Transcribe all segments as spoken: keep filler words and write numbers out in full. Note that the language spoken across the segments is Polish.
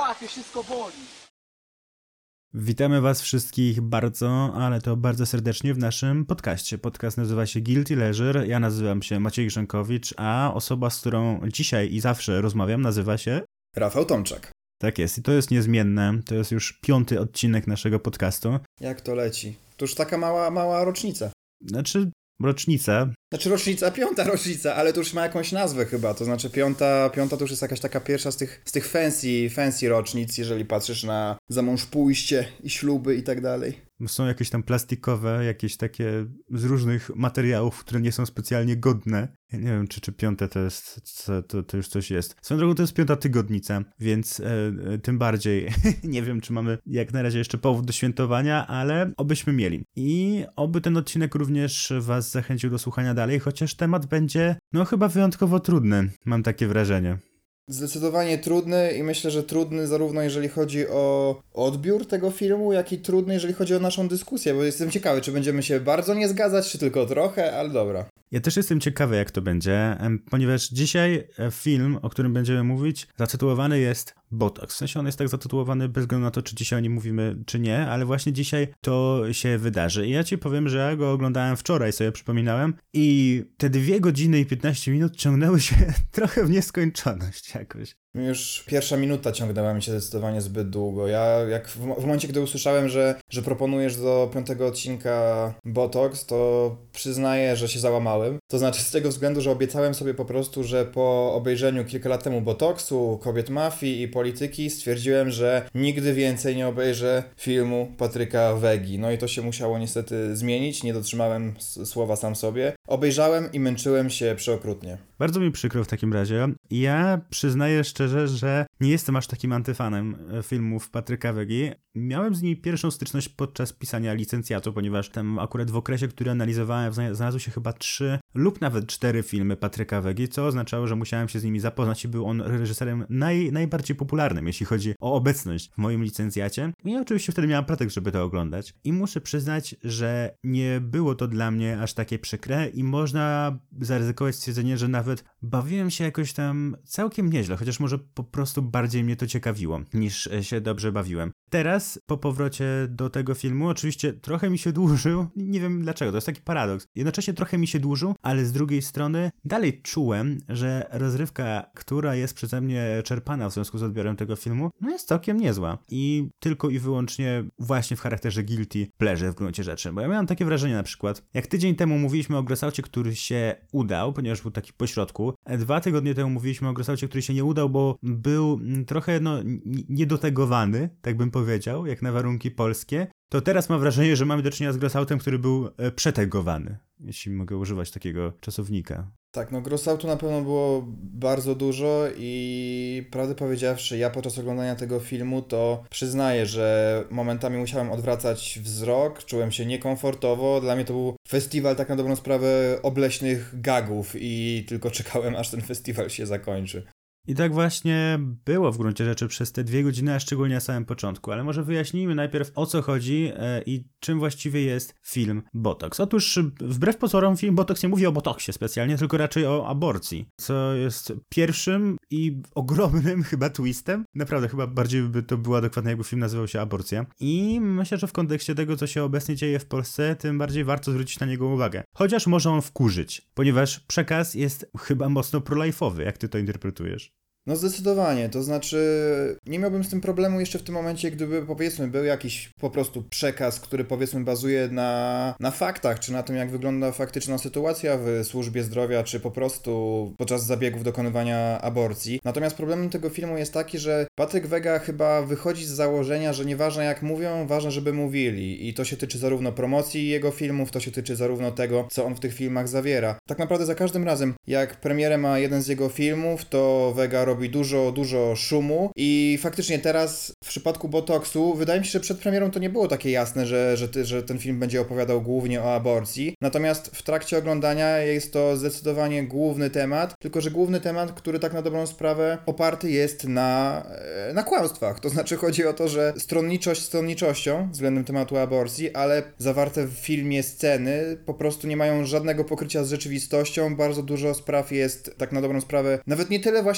łapie, wszystko boli. Witamy was wszystkich bardzo, ale to bardzo serdecznie w naszym podcaście. Podcast nazywa się Guilty Leisure, ja nazywam się Maciej Grzenkowicz, a osoba, z którą dzisiaj i zawsze rozmawiam, nazywa się... Rafał Tomczak. Tak jest i to jest niezmienne, to jest już piąty odcinek naszego podcastu. Jak to leci? To już taka mała, mała rocznica. Znaczy, rocznica... Znaczy rocznica, piąta rocznica, ale to już ma jakąś nazwę chyba, to znaczy piąta, piąta to już jest jakaś taka pierwsza z tych, z tych fancy, fancy rocznic, jeżeli patrzysz na zamąż pójście i śluby i tak dalej. Są jakieś tam plastikowe, jakieś takie z różnych materiałów, które nie są specjalnie godne. Ja nie wiem, czy, czy piąte to jest, to, to już coś jest. Swoją drogą to jest piąta tygodnica, więc e, tym bardziej nie wiem, czy mamy jak na razie jeszcze powód do świętowania, ale obyśmy mieli. I oby ten odcinek również was zachęcił do słuchania dalej, chociaż temat będzie, no chyba wyjątkowo trudny, mam takie wrażenie. Zdecydowanie trudny i myślę, że trudny zarówno jeżeli chodzi o odbiór tego filmu, jak i trudny jeżeli chodzi o naszą dyskusję, bo jestem ciekawy, czy będziemy się bardzo nie zgadzać, czy tylko trochę, ale dobra. Ja też jestem ciekawy, jak to będzie, ponieważ dzisiaj film, o którym będziemy mówić, zatytułowany jest Botox. W sensie on jest tak zatytułowany bez względu na to, czy dzisiaj o nim mówimy, czy nie, ale właśnie dzisiaj to się wydarzy. I ja ci powiem, że ja go oglądałem wczoraj, sobie przypominałem i te dwie godziny i piętnaście minut ciągnęły się trochę w nieskończoność jakoś. Już pierwsza minuta ciągnęła mi się zdecydowanie zbyt długo. Ja jak w, w momencie, gdy usłyszałem, że, że proponujesz do piątego odcinka Botox, to przyznaję, że się załamałem. To znaczy z tego względu, że obiecałem sobie po prostu, że po obejrzeniu kilka lat temu Botoxu, Kobiet Mafii i Polityki stwierdziłem, że nigdy więcej nie obejrzę filmu Patryka Wegi. No i to się musiało niestety zmienić, nie dotrzymałem s- słowa sam sobie. Obejrzałem i męczyłem się przeokrutnie. Bardzo mi przykro w takim razie. Ja przyznaję szczerze, że nie jestem aż takim antyfanem filmów Patryka Wegi. Miałem z nimi pierwszą styczność podczas pisania licencjatu, ponieważ tam akurat w okresie, który analizowałem, znalazły się chyba trzy lub nawet cztery filmy Patryka Wegi, co oznaczało, że musiałem się z nimi zapoznać i był on reżyserem naj, najbardziej popularnym, jeśli chodzi o obecność w moim licencjacie. I ja oczywiście wtedy miałem pretekst, żeby to oglądać. I muszę przyznać, że nie było to dla mnie aż takie przykre i można zaryzykować stwierdzenie, że nawet bawiłem się jakoś tam całkiem nieźle, chociaż może po prostu bardziej mnie to ciekawiło, niż się dobrze bawiłem. Teraz, po powrocie do tego filmu, oczywiście trochę mi się dłużył, nie wiem dlaczego, to jest taki paradoks. Jednocześnie trochę mi się dłużył, ale z drugiej strony dalej czułem, że rozrywka, która jest przeze mnie czerpana w związku z odbiorem tego filmu, no jest całkiem niezła. I tylko i wyłącznie właśnie w charakterze guilty pleasure w gruncie rzeczy. Bo ja miałem takie wrażenie na przykład, jak tydzień temu mówiliśmy o Grosaucie, który się udał, ponieważ był taki pośrodku, dwa tygodnie temu mówiliśmy o Grosaucie, który się nie udał, bo był trochę no niedotegowany, tak bym powiedział, jak na warunki polskie, to teraz mam wrażenie, że mamy do czynienia z Grosautem, który był przetegowany, jeśli mogę używać takiego czasownika. Tak, no Grosautu na pewno było bardzo dużo i prawdę powiedziawszy, ja podczas oglądania tego filmu to przyznaję, że momentami musiałem odwracać wzrok, czułem się niekomfortowo, dla mnie to był festiwal tak na dobrą sprawę obleśnych gagów i tylko czekałem, aż ten festiwal się zakończy. I tak właśnie było w gruncie rzeczy przez te dwie godziny, a szczególnie na samym początku. Ale może wyjaśnijmy najpierw, o co chodzi e, i czym właściwie jest film Botox. Otóż wbrew pozorom film Botox nie mówi o botoksie specjalnie, tylko raczej o aborcji, co jest pierwszym i ogromnym chyba twistem. Naprawdę chyba bardziej by to było adekwatne, jakby film nazywał się Aborcja. I myślę, że w kontekście tego, co się obecnie dzieje w Polsce, tym bardziej warto zwrócić na niego uwagę. Chociaż może on wkurzyć, ponieważ przekaz jest chyba mocno pro-life'owy. Jak ty to interpretujesz? No zdecydowanie, to znaczy nie miałbym z tym problemu jeszcze w tym momencie, gdyby powiedzmy był jakiś po prostu przekaz, który powiedzmy bazuje na, na faktach, czy na tym jak wygląda faktyczna sytuacja w służbie zdrowia, czy po prostu podczas zabiegów dokonywania aborcji. Natomiast problemem tego filmu jest taki, że Patryk Wega chyba wychodzi z założenia, że nieważne jak mówią, ważne żeby mówili i to się tyczy zarówno promocji jego filmów, to się tyczy zarówno tego, co on w tych filmach zawiera. Tak naprawdę za każdym razem, jak premierę ma jeden z jego filmów, to Wega robi robi dużo, dużo szumu i faktycznie teraz w przypadku Botoxu wydaje mi się, że przed premierą to nie było takie jasne, że, że, ty, że ten film będzie opowiadał głównie o aborcji. Natomiast w trakcie oglądania jest to zdecydowanie główny temat, tylko że główny temat, który tak na dobrą sprawę oparty jest na, na kłamstwach. To znaczy chodzi o to, że stronniczość stronniczością względem tematu aborcji, ale zawarte w filmie sceny po prostu nie mają żadnego pokrycia z rzeczywistością. Bardzo dużo spraw jest tak na dobrą sprawę nawet nie tyle właśnie, że upraszczone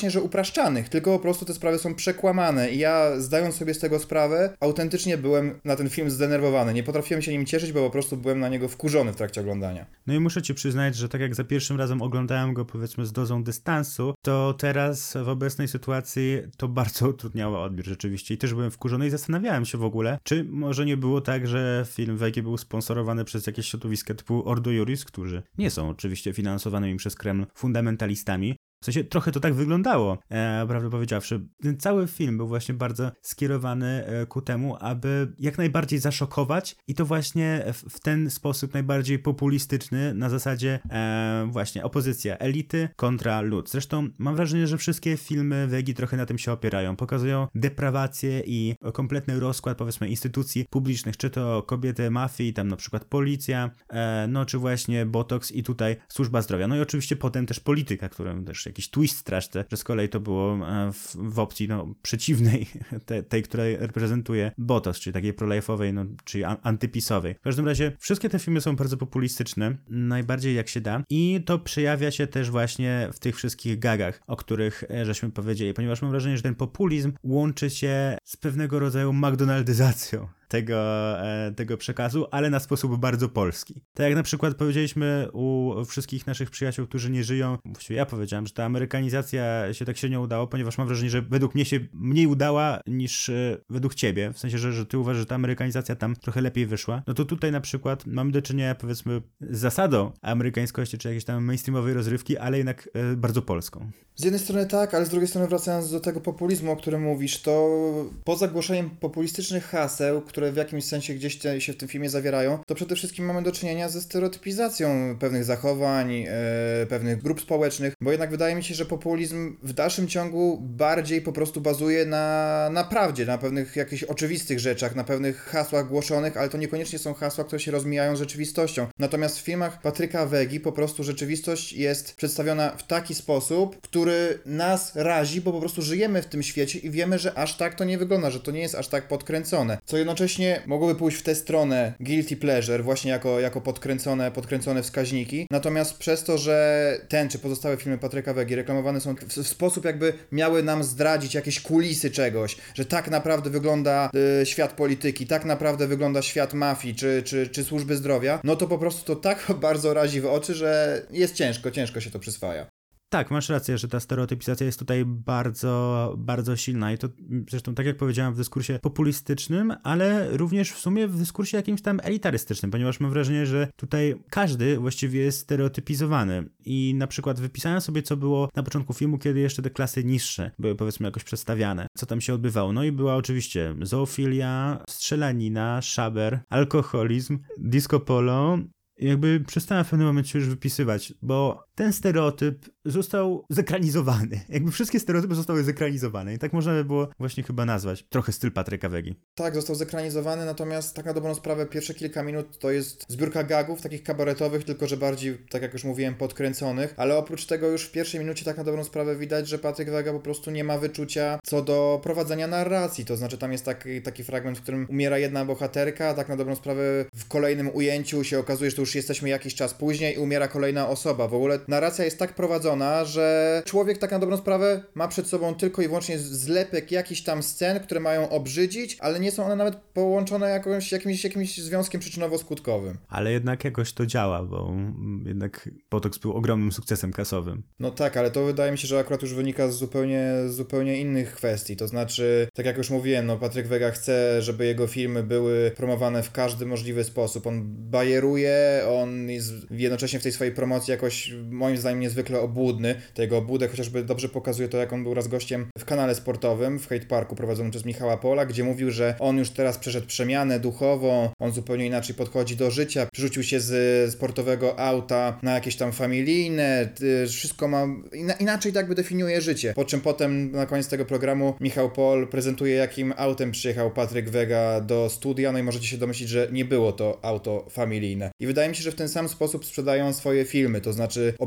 upraszczanych, tylko po prostu te sprawy są przekłamane i ja, zdając sobie z tego sprawę, autentycznie byłem na ten film zdenerwowany. Nie potrafiłem się nim cieszyć, bo po prostu byłem na niego wkurzony w trakcie oglądania. No i muszę ci przyznać, że tak jak za pierwszym razem oglądałem go, powiedzmy, z dozą dystansu, to teraz w obecnej sytuacji to bardzo utrudniało odbiór rzeczywiście i też byłem wkurzony i zastanawiałem się w ogóle, czy może nie było tak, że film Wegi był sponsorowany przez jakieś środowiska typu Ordo Iuris, którzy nie są oczywiście finansowanymi przez Kreml fundamentalistami. W sensie trochę to tak wyglądało, e, prawdę powiedziawszy. Ten cały film był właśnie bardzo skierowany e, ku temu, aby jak najbardziej zaszokować i to właśnie w, w ten sposób najbardziej populistyczny, na zasadzie e, właśnie opozycja elity kontra lud. Zresztą mam wrażenie, że wszystkie filmy Wegi trochę na tym się opierają. Pokazują deprawację i kompletny rozkład, powiedzmy, instytucji publicznych, czy to kobiety mafii, tam na przykład policja, e, no czy właśnie Botox i tutaj służba zdrowia. No i oczywiście potem też polityka, którą też jakiś twist straszny, że z kolei to było w, w opcji no, przeciwnej, te, tej, której reprezentuje Botox, czyli takiej prolife'owej, no, czyli an- antypisowej. W każdym razie wszystkie te filmy są bardzo populistyczne, najbardziej jak się da i to przejawia się też właśnie w tych wszystkich gagach, o których żeśmy powiedzieli, ponieważ mam wrażenie, że ten populizm łączy się z pewnego rodzaju McDonaldyzacją tego, e, tego przekazu, ale na sposób bardzo polski. Tak jak na przykład powiedzieliśmy u wszystkich naszych przyjaciół, którzy nie żyją, właściwie ja powiedziałem, że ta amerykanizacja się tak się nie udało, ponieważ mam wrażenie, że według mnie się mniej udała niż e, według ciebie, w sensie, że, że ty uważasz, że ta amerykanizacja tam trochę lepiej wyszła. No to tutaj na przykład mamy do czynienia, powiedzmy, z zasadą amerykańskości, czy jakiejś tam mainstreamowej rozrywki, ale jednak e, bardzo polską. Z jednej strony tak, ale z drugiej strony wracając do tego populizmu, o którym mówisz, to poza głoszeniem populistycznych haseł, które w jakimś sensie gdzieś te, się w tym filmie zawierają, to przede wszystkim mamy do czynienia ze stereotypizacją pewnych zachowań, e, pewnych grup społecznych, bo jednak wydaje mi się, że populizm w dalszym ciągu bardziej po prostu bazuje na, na prawdzie, na pewnych jakichś oczywistych rzeczach, na pewnych hasłach głoszonych, ale to niekoniecznie są hasła, które się rozmijają z rzeczywistością. Natomiast w filmach Patryka Wegi po prostu rzeczywistość jest przedstawiona w taki sposób, który nas razi, bo po prostu żyjemy w tym świecie i wiemy, że aż tak to nie wygląda, że to nie jest aż tak podkręcone. Co jednocześnie mogłoby pójść w tę stronę guilty pleasure, właśnie jako, jako podkręcone, podkręcone wskaźniki. Natomiast przez to, że ten czy pozostałe filmy Patryka Wegi reklamowane są w, w sposób, jakby miały nam zdradzić jakieś kulisy czegoś, że tak naprawdę wygląda y, świat polityki, tak naprawdę wygląda świat mafii czy, czy, czy służby zdrowia, no to po prostu to tak bardzo razi w oczy, że jest ciężko, ciężko się to przyswaja. Tak, masz rację, że ta stereotypizacja jest tutaj bardzo, bardzo silna i to zresztą tak jak powiedziałem w dyskursie populistycznym, ale również w sumie w dyskursie jakimś tam elitarystycznym, ponieważ mam wrażenie, że tutaj każdy właściwie jest stereotypizowany i na przykład wypisałem sobie, co było na początku filmu, kiedy jeszcze te klasy niższe były powiedzmy jakoś przedstawiane, co tam się odbywało. No i była oczywiście zoofilia, strzelanina, szaber, alkoholizm, disco polo. Jakby przestałem w pewnym momencie już wypisywać, bo ten stereotyp został zekranizowany. Jakby wszystkie stereotypy zostały zekranizowane i tak można by było właśnie chyba nazwać trochę styl Patryka Wegi. Tak, został zekranizowany, natomiast tak na dobrą sprawę pierwsze kilka minut to jest zbiórka gagów, takich kabaretowych, tylko że bardziej, tak jak już mówiłem, podkręconych, ale oprócz tego już w pierwszej minucie tak na dobrą sprawę widać, że Patryk Wega po prostu nie ma wyczucia co do prowadzenia narracji, to znaczy tam jest taki, taki fragment, w którym umiera jedna bohaterka, a tak na dobrą sprawę w kolejnym ujęciu się okazuje, że to już jesteśmy jakiś czas później i umiera kolejna osoba. W ogóle narracja jest tak prowadzona, że człowiek tak na dobrą sprawę ma przed sobą tylko i wyłącznie zlepek jakichś tam scen, które mają obrzydzić, ale nie są one nawet połączone jakąś, jakimś, jakimś związkiem przyczynowo-skutkowym. Ale jednak jakoś to działa, bo jednak Botox był ogromnym sukcesem kasowym. No tak, ale to wydaje mi się, że akurat już wynika z zupełnie, zupełnie innych kwestii. To znaczy, tak jak już mówiłem, no Patryk Wega chce, żeby jego filmy były promowane w każdy możliwy sposób. On bajeruje, on jest jednocześnie w tej swojej promocji jakoś moim zdaniem niezwykle obłudny. To jego obłudę chociażby dobrze pokazuje to, jak on był raz gościem w kanale sportowym w Hate Parku prowadzonym przez Michała Pola, gdzie mówił, że on już teraz przeszedł przemianę duchową, on zupełnie inaczej podchodzi do życia, przerzucił się z sportowego auta na jakieś tam familijne, wszystko ma, inaczej tak by definiuje życie. Po czym potem na koniec tego programu Michał Pol prezentuje, jakim autem przyjechał Patryk Wega do studia, no i możecie się domyślić, że nie było to auto familijne. I wydaje mi się, że w ten sam sposób sprzedają swoje filmy, to znaczy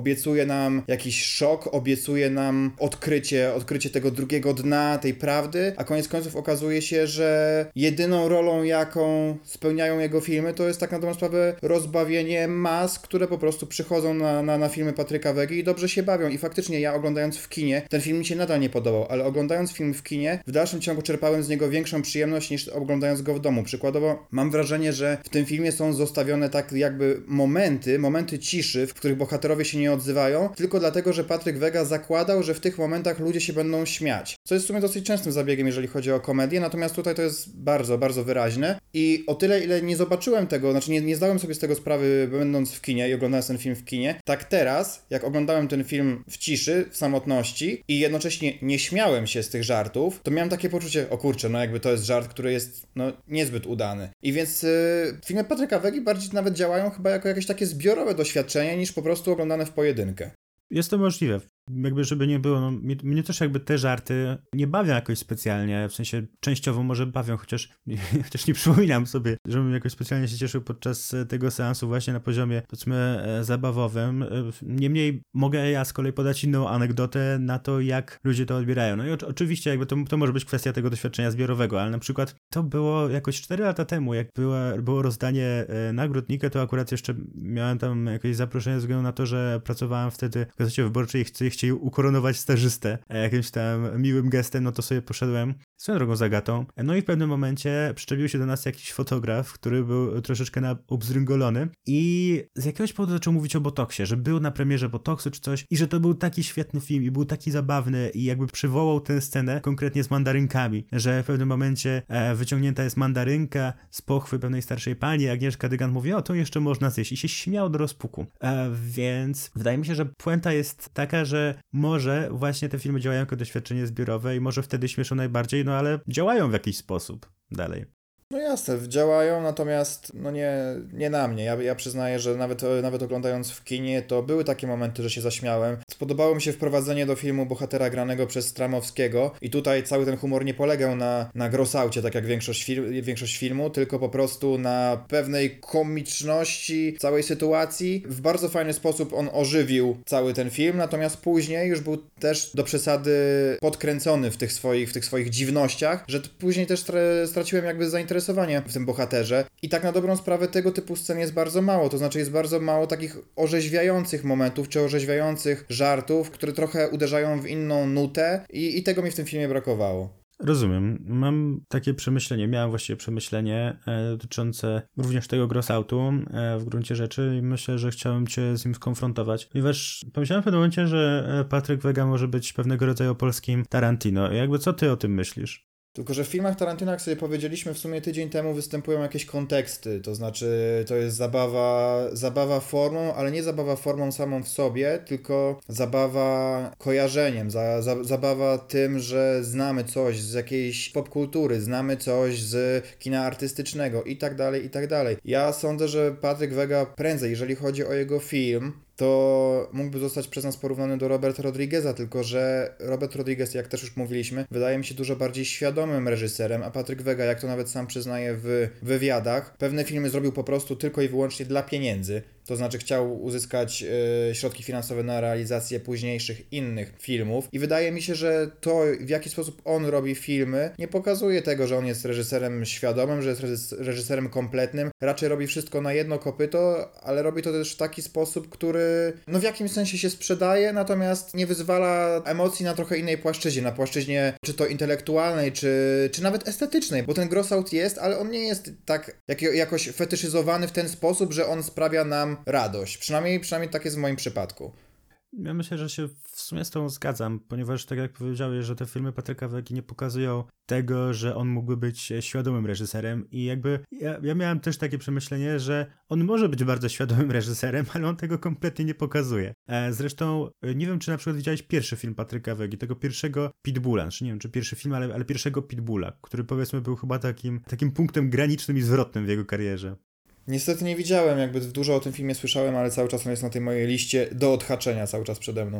obiecuje nam jakiś szok, obiecuje nam odkrycie, odkrycie tego drugiego dna, tej prawdy, a koniec końców okazuje się, że jedyną rolą, jaką spełniają jego filmy, to jest tak na dobrą sprawę rozbawienie mas, które po prostu przychodzą na, na, na filmy Patryka Wegi i dobrze się bawią. I faktycznie ja oglądając w kinie, ten film mi się nadal nie podobał, ale oglądając film w kinie, w dalszym ciągu czerpałem z niego większą przyjemność niż oglądając go w domu. Przykładowo mam wrażenie, że w tym filmie są zostawione tak jakby momenty, momenty ciszy, w których bohaterowie się nie odzywają, tylko dlatego, że Patryk Wega zakładał, że w tych momentach ludzie się będą śmiać. Co jest w sumie dosyć częstym zabiegiem, jeżeli chodzi o komedię, natomiast tutaj to jest bardzo, bardzo wyraźne i o tyle, ile nie zobaczyłem tego, znaczy nie, nie zdałem sobie z tego sprawy, będąc w kinie i oglądając ten film w kinie, tak teraz, jak oglądałem ten film w ciszy, w samotności i jednocześnie nie śmiałem się z tych żartów, to miałem takie poczucie, o kurczę, no jakby to jest żart, który jest no niezbyt udany. I więc yy, filmy Patryka Wegi bardziej nawet działają chyba jako jakieś takie zbiorowe doświadczenie, niż po prostu oglądane w pojedynkę. Jest to możliwe. Jakby żeby nie było, no, mnie, mnie też jakby te żarty nie bawią jakoś specjalnie, w sensie częściowo może bawią, chociaż, chociaż nie przypominam sobie, żebym jakoś specjalnie się cieszył podczas tego seansu właśnie na poziomie, powiedzmy, zabawowym. Niemniej mogę ja z kolei podać inną anegdotę na to, jak ludzie to odbierają. No i o, oczywiście jakby to, to może być kwestia tego doświadczenia zbiorowego, ale na przykład to było jakoś cztery lata temu, jak była, było rozdanie nagród Nikke, to akurat jeszcze miałem tam jakieś zaproszenie ze względu na to, że pracowałem wtedy w Gazecie Wyborczej i chcieli ukoronować stażystę jakimś tam miłym gestem, no to sobie poszedłem swoją drogą z Agatą. No i w pewnym momencie przyczepił się do nas jakiś fotograf, który był troszeczkę na obzryngolony i z jakiegoś powodu zaczął mówić o Botoksie, że był na premierze Botoksu czy coś i że to był taki świetny film i był taki zabawny i jakby przywołał tę scenę konkretnie z mandarynkami, że w pewnym momencie e, wyciągnięta jest mandarynka z pochwy pewnej starszej pani, Agnieszka Dygant mówi, o to jeszcze można zjeść i się śmiał do rozpuku. E, więc wydaje mi się, że puenta jest taka, że może właśnie te filmy działają jako doświadczenie zbiorowe i może wtedy śmieszą najbardziej, no ale działają w jakiś sposób dalej. No jasne, działają, natomiast no nie, nie na mnie. Ja, ja przyznaję, że nawet, nawet oglądając w kinie, to były takie momenty, że się zaśmiałem. Spodobało mi się wprowadzenie do filmu bohatera granego przez Stramowskiego i tutaj cały ten humor nie polegał na, na grossaucie, tak jak większość, fil- większość filmu, tylko po prostu na pewnej komiczności całej sytuacji. W bardzo fajny sposób on ożywił cały ten film, natomiast później już był też do przesady podkręcony w tych swoich, w tych swoich dziwnościach, że później też tra- straciłem jakby zainteresowanie w tym bohaterze. I tak na dobrą sprawę tego typu scen jest bardzo mało, to znaczy jest bardzo mało takich orzeźwiających momentów, czy orzeźwiających żartów, które trochę uderzają w inną nutę i, i tego mi w tym filmie brakowało. Rozumiem. Mam takie przemyślenie, miałem właściwie przemyślenie e, dotyczące również tego grossoutu e, w gruncie rzeczy i myślę, że chciałem cię z nim skonfrontować, ponieważ pomyślałem w pewnym momencie, że Patryk Wega może być pewnego rodzaju polskim Tarantino. Jakby co ty o tym myślisz? Tylko że w filmach Tarantina, jak sobie powiedzieliśmy w sumie tydzień temu, występują jakieś konteksty, to znaczy to jest zabawa, zabawa formą, ale nie zabawa formą samą w sobie, tylko zabawa kojarzeniem, za, za, zabawa tym, że znamy coś z jakiejś popkultury, znamy coś z kina artystycznego i tak dalej, i tak dalej. Ja sądzę, że Patryk Wega prędzej, jeżeli chodzi o jego film, to mógłby zostać przez nas porównany do Roberta Rodrigueza, tylko że Robert Rodriguez, jak też już mówiliśmy, wydaje mi się dużo bardziej świadomym reżyserem, a Patryk Wega, jak to nawet sam przyznaje w wywiadach, pewne filmy zrobił po prostu tylko i wyłącznie dla pieniędzy. To znaczy chciał uzyskać y, środki finansowe na realizację późniejszych innych filmów i wydaje mi się, że to, w jaki sposób on robi filmy, nie pokazuje tego, że on jest reżyserem świadomym, że jest reżyserem kompletnym. Raczej robi wszystko na jedno kopyto, ale robi to też w taki sposób, który no w jakimś sensie się sprzedaje, natomiast nie wyzwala emocji na trochę innej płaszczyźnie, na płaszczyźnie czy to intelektualnej, czy, czy nawet estetycznej, bo ten grossout jest, ale on nie jest tak jak, jakoś fetyszyzowany w ten sposób, że on sprawia nam radość. Przynajmniej, przynajmniej tak jest w moim przypadku. Ja myślę, że się w sumie z tą zgadzam, ponieważ tak jak powiedziałeś, że te filmy Patryka Wegi nie pokazują tego, że on mógłby być świadomym reżyserem i jakby ja, ja miałem też takie przemyślenie, że on może być bardzo świadomym reżyserem, ale on tego kompletnie nie pokazuje. E, zresztą nie wiem, czy na przykład widziałeś pierwszy film Patryka Wegi, tego pierwszego Pitbulla, znaczy nie wiem, czy pierwszy film, ale, ale pierwszego Pitbulla, który powiedzmy był chyba takim, takim punktem granicznym i zwrotnym w jego karierze. Niestety nie widziałem, jakby dużo o tym filmie słyszałem, ale cały czas on jest na tej mojej liście do odhaczenia cały czas przede mną.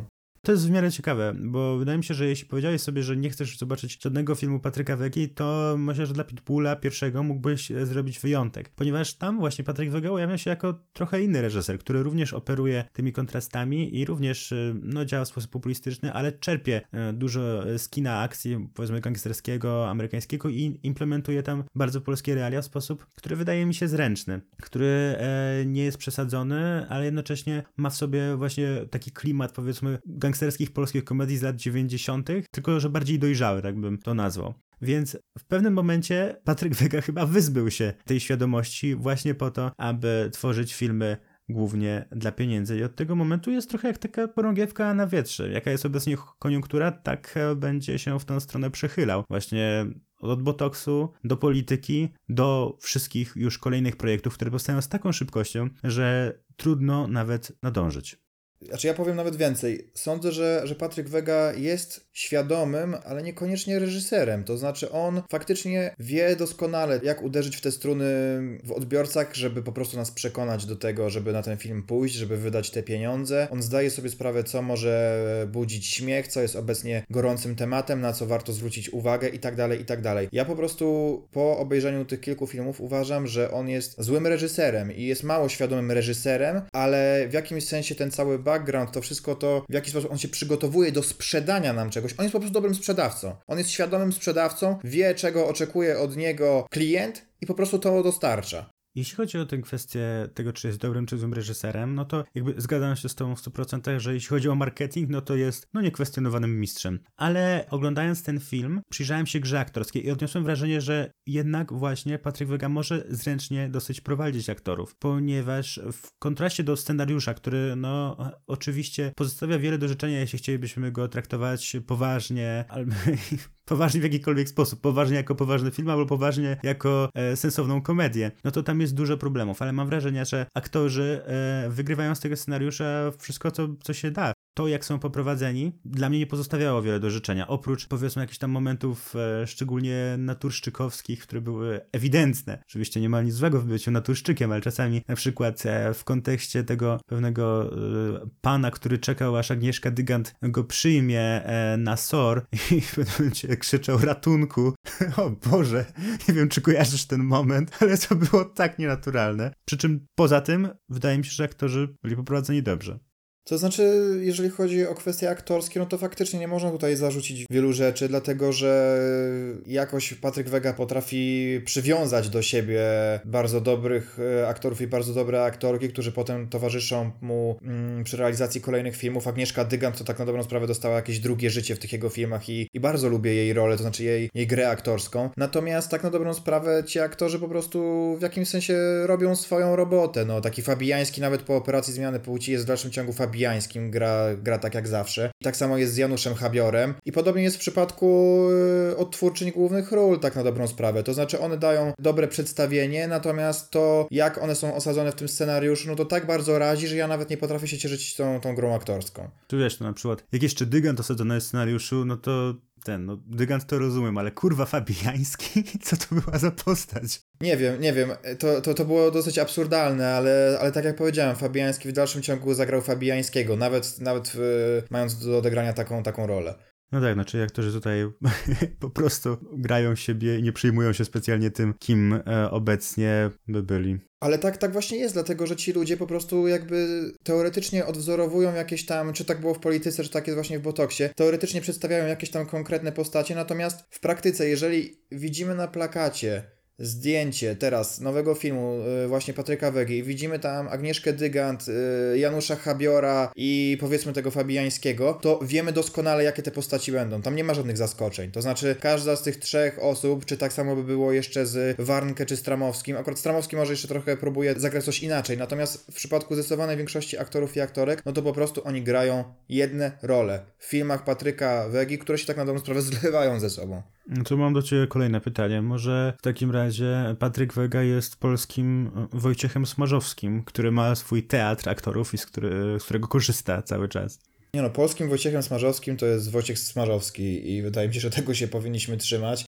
To jest w miarę ciekawe, bo wydaje mi się, że jeśli powiedziałeś sobie, że nie chcesz zobaczyć żadnego filmu Patryka Wegi, to myślę, że dla Pitbulla pierwszego mógłbyś zrobić wyjątek, ponieważ tam właśnie Patryk Wega ujawnia się jako trochę inny reżyser, który również operuje tymi kontrastami i również no, działa w sposób populistyczny, ale czerpie dużo z kina akcji, powiedzmy gangsterskiego, amerykańskiego i implementuje tam bardzo polskie realia w sposób, który wydaje mi się zręczny, który e, nie jest przesadzony, ale jednocześnie ma w sobie właśnie taki klimat, powiedzmy, gangsterskich polskich komedii z lat dziewięćdziesiątych, tylko że bardziej dojrzały, tak bym to nazwał. Więc w pewnym momencie Patryk Wega chyba wyzbył się tej świadomości właśnie po to, aby tworzyć filmy głównie dla pieniędzy. I od tego momentu jest trochę jak taka porągiewka na wietrze. Jaka jest obecnie koniunktura, tak będzie się w tą stronę przechylał. Właśnie od botoksu do polityki, do wszystkich już kolejnych projektów, które powstają z taką szybkością, że trudno nawet nadążyć. Znaczy ja powiem nawet więcej. Sądzę, że, że Patryk Wega jest świadomym, ale niekoniecznie reżyserem. To znaczy on faktycznie wie doskonale, jak uderzyć w te struny w odbiorcach, żeby po prostu nas przekonać do tego, żeby na ten film pójść, żeby wydać te pieniądze. On zdaje sobie sprawę, co może budzić śmiech, co jest obecnie gorącym tematem, na co warto zwrócić uwagę i tak dalej, i tak dalej. Ja po prostu po obejrzeniu tych kilku filmów uważam, że on jest złym reżyserem i jest mało świadomym reżyserem, ale w jakimś sensie ten cały background, to wszystko to, w jaki sposób on się przygotowuje do sprzedania nam czegoś. On jest po prostu dobrym sprzedawcą. On jest świadomym sprzedawcą, wie, czego oczekuje od niego klient i po prostu to dostarcza. Jeśli chodzi o tę kwestię tego, czy jest dobrym czy złym reżyserem, no to jakby zgadzam się z tobą w stu procentach, że jeśli chodzi o marketing, no to jest no niekwestionowanym mistrzem. Ale oglądając ten film, przyjrzałem się grze aktorskiej i odniosłem wrażenie, że jednak właśnie Patryk Wega może zręcznie dosyć prowadzić aktorów, ponieważ w kontraście do scenariusza, który no oczywiście pozostawia wiele do życzenia, jeśli chcielibyśmy go traktować poważnie, albo poważnie w jakikolwiek sposób, poważnie jako poważny film, albo poważnie jako e, sensowną komedię, no to tam jest dużo problemów, ale mam wrażenie, że aktorzy e, wygrywają z tego scenariusza wszystko, co, co się da. To, jak są poprowadzeni, dla mnie nie pozostawiało wiele do życzenia. Oprócz, powiedzmy, jakichś tam momentów e, szczególnie naturszczykowskich, które były ewidentne. Oczywiście nie ma nic złego w byciu naturszczykiem, ale czasami na przykład e, w kontekście tego pewnego e, pana, który czekał, aż Agnieszka Dygant go przyjmie e, na S O R i w pewnym momencie krzyczał ratunku. O Boże, nie wiem, czy kojarzysz ten moment, ale to było tak nienaturalne. Przy czym poza tym wydaje mi się, że aktorzy byli poprowadzeni dobrze. To znaczy, jeżeli chodzi o kwestie aktorskie, no to faktycznie nie można tutaj zarzucić wielu rzeczy, dlatego że jakoś Patryk Wega potrafi przywiązać do siebie bardzo dobrych aktorów i bardzo dobre aktorki, którzy potem towarzyszą mu mm, przy realizacji kolejnych filmów. Agnieszka Dygant to tak na dobrą sprawę dostała jakieś drugie życie w tych jego filmach i, i bardzo lubię jej rolę, to znaczy jej, jej grę aktorską. Natomiast tak na dobrą sprawę ci aktorzy po prostu w jakimś sensie robią swoją robotę. No, taki Fabijański nawet po operacji zmiany płci jest w dalszym ciągu Fabijańskim. Bijańskim gra, gra tak jak zawsze. Tak samo jest z Januszem Habiorem i podobnie jest w przypadku yy, odtwórczyń głównych ról, tak na dobrą sprawę. To znaczy one dają dobre przedstawienie, natomiast to, jak one są osadzone w tym scenariuszu, no to tak bardzo razi, że ja nawet nie potrafię się cieszyć tą, tą grą aktorską. Tu wiesz, to na przykład, jak jeszcze Dygant osadzony jest w scenariuszu, no to ten, no Dygant to rozumiem, ale kurwa Fabijański? Co to była za postać? Nie wiem, nie wiem, to, to, to było dosyć absurdalne, ale, ale tak jak powiedziałem, Fabijański w dalszym ciągu zagrał Fabijańskiego, nawet, nawet w, mając do odegrania taką, taką rolę. No tak, znaczy aktorzy tutaj po prostu grają siebie i nie przejmują się specjalnie tym, kim e, obecnie by byli. Ale tak, tak właśnie jest, dlatego że ci ludzie po prostu jakby teoretycznie odwzorowują jakieś tam, czy tak było w polityce, czy tak jest właśnie w botoksie, teoretycznie przedstawiają jakieś tam konkretne postacie, natomiast w praktyce, jeżeli widzimy na plakacie zdjęcie teraz nowego filmu yy, właśnie Patryka Wegi i widzimy tam Agnieszkę Dygant, yy, Janusza Habiora i powiedzmy tego Fabijańskiego, to wiemy doskonale, jakie te postaci będą. Tam nie ma żadnych zaskoczeń. To znaczy każda z tych trzech osób, czy tak samo by było jeszcze z Warnke czy Stramowskim, akurat Stramowski może jeszcze trochę próbuje zagrać coś inaczej, natomiast w przypadku zdecydowanej większości aktorów i aktorek, no to po prostu oni grają jedne role w filmach Patryka Wegi, które się tak na dobrą sprawę zlewają ze sobą. No to mam do ciebie kolejne pytanie. Może w takim razie Patryk Wega jest polskim Wojciechem Smarzowskim, który ma swój teatr aktorów i z, który, z którego korzysta cały czas. Nie no, polskim Wojciechem Smarzowskim to jest Wojciech Smarzowski i wydaje mi się, że tego się powinniśmy trzymać.